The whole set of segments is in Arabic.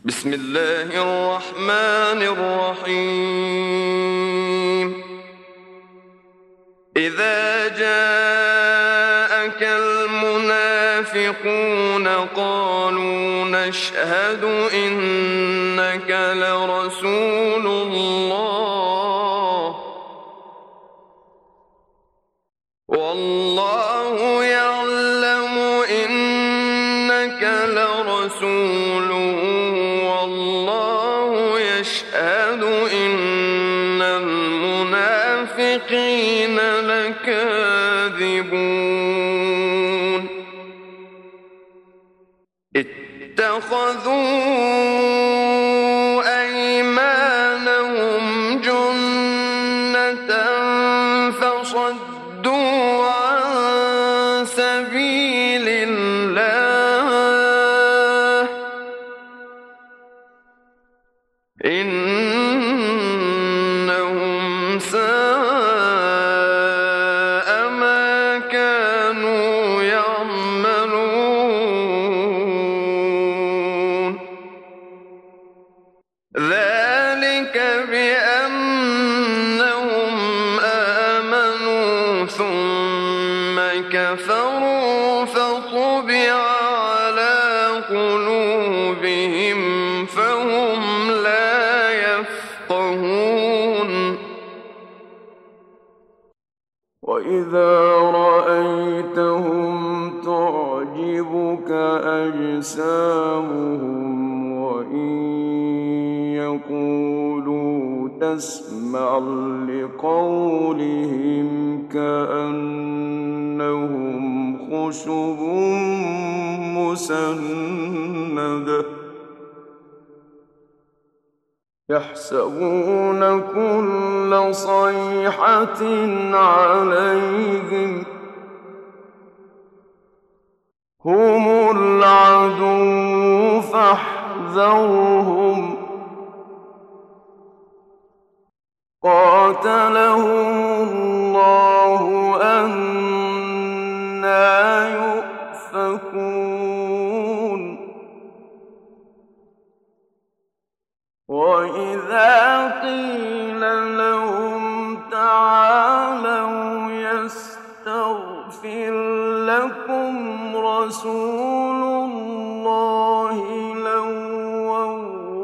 بسم الله الرحمن الرحيم إذا جاءك المنافقون قالوا نشهد إنك لرسول الله والله يعلم إنك لرسوله والله يشهد إن المنافقين لكاذبون اتخذوا أيمانهم جنة فصدوا عن سبيل الله إنهم ساء ما كانوا يعملون ذلك بأنهم آمنوا ثم كفروا فطبع على قلوبهم فهم لا يفقهون وإذا رأيتهم تعجبك أجسامهم وإن يقولوا تسمع لقولهم كأنهم خشب مسندة يحسبون كل صيحة عليهم هم العدو فاحذرهم قاتلهم الله أنى يؤفكون وإذا قيل لهم تعالوا يستغفر لكم رسول الله لووا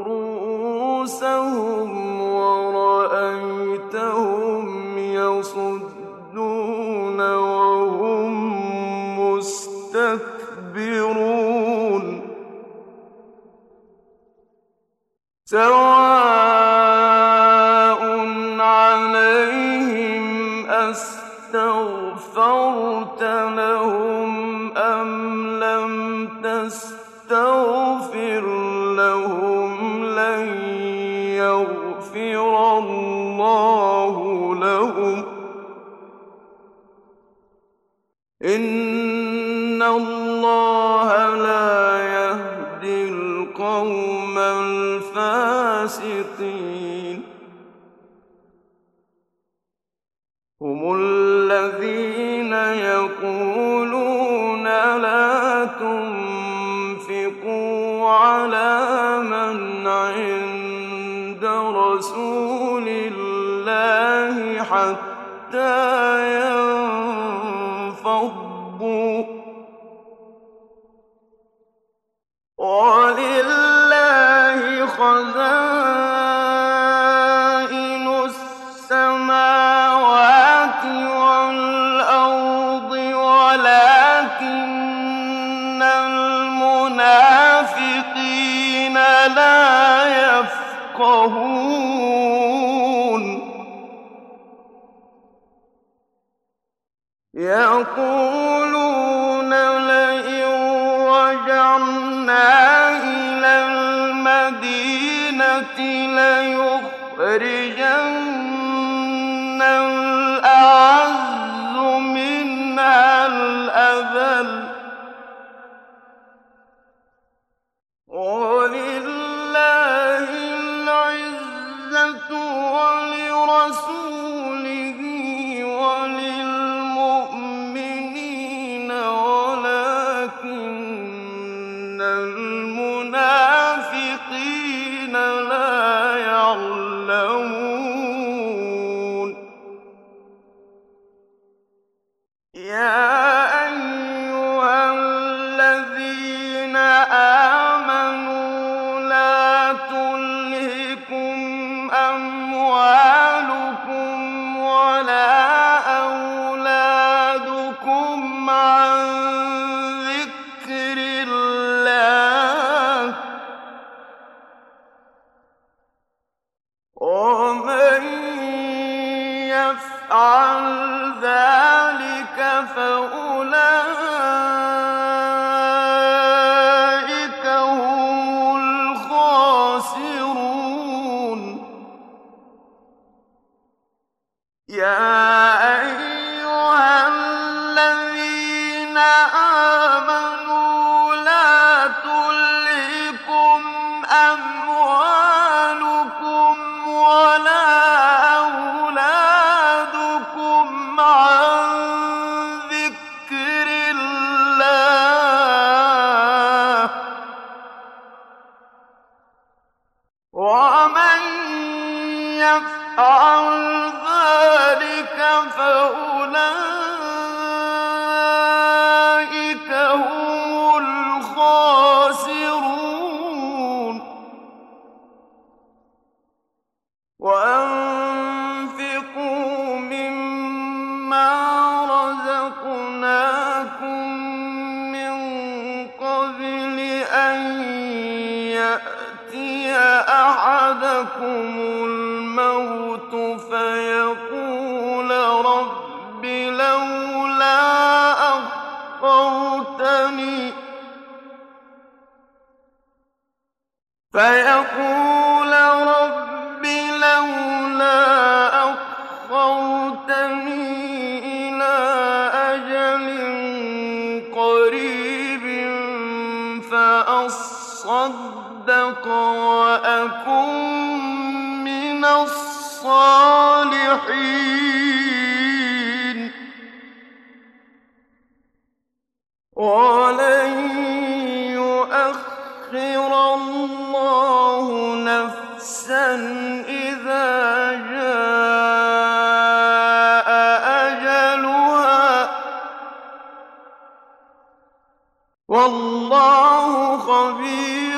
رؤوسهم ورأيتهم يصدون وهم مستكبرون سواء عليهم أستغفرت لهم أم لم تستغفر لهم لن يغفر الله لهم إن الله لا يهدي القوم الفاسقين هم الذين يقولون لا تنفقوا على من عند رسول الله حتى ينفضوا ولله خزائن السماوات والأرض ولكن المنافقين لا يفقهون يقولون لئن رجعنا إلى المدينة ليخرجن الأعز منها الأذل ولله العزة ولرسوله وللمؤمنين ولكن المنافقين الذين لا يعلمون يا أيها الذين آمنوا لا تلهكم أموالكم ولا أولادكم عن ذكر الله ومن يفعل ذلك فأولئك هم الخاسرون يا أيها الذين آمنوا لا تلهكم أموالكم ولا أولادكم عن ذكر الله ومن يفعل ذلك فأولئك هم الخاسرون وأنفقوا مما رزقناكم من قبل أن يأتي أحدكم الموت فيقول رب لولا أخرتني إلى أجل قريب فأصدق وأكن من الصالحين ولن يؤخر الله نفسا إذا جاء أجلها والله خبير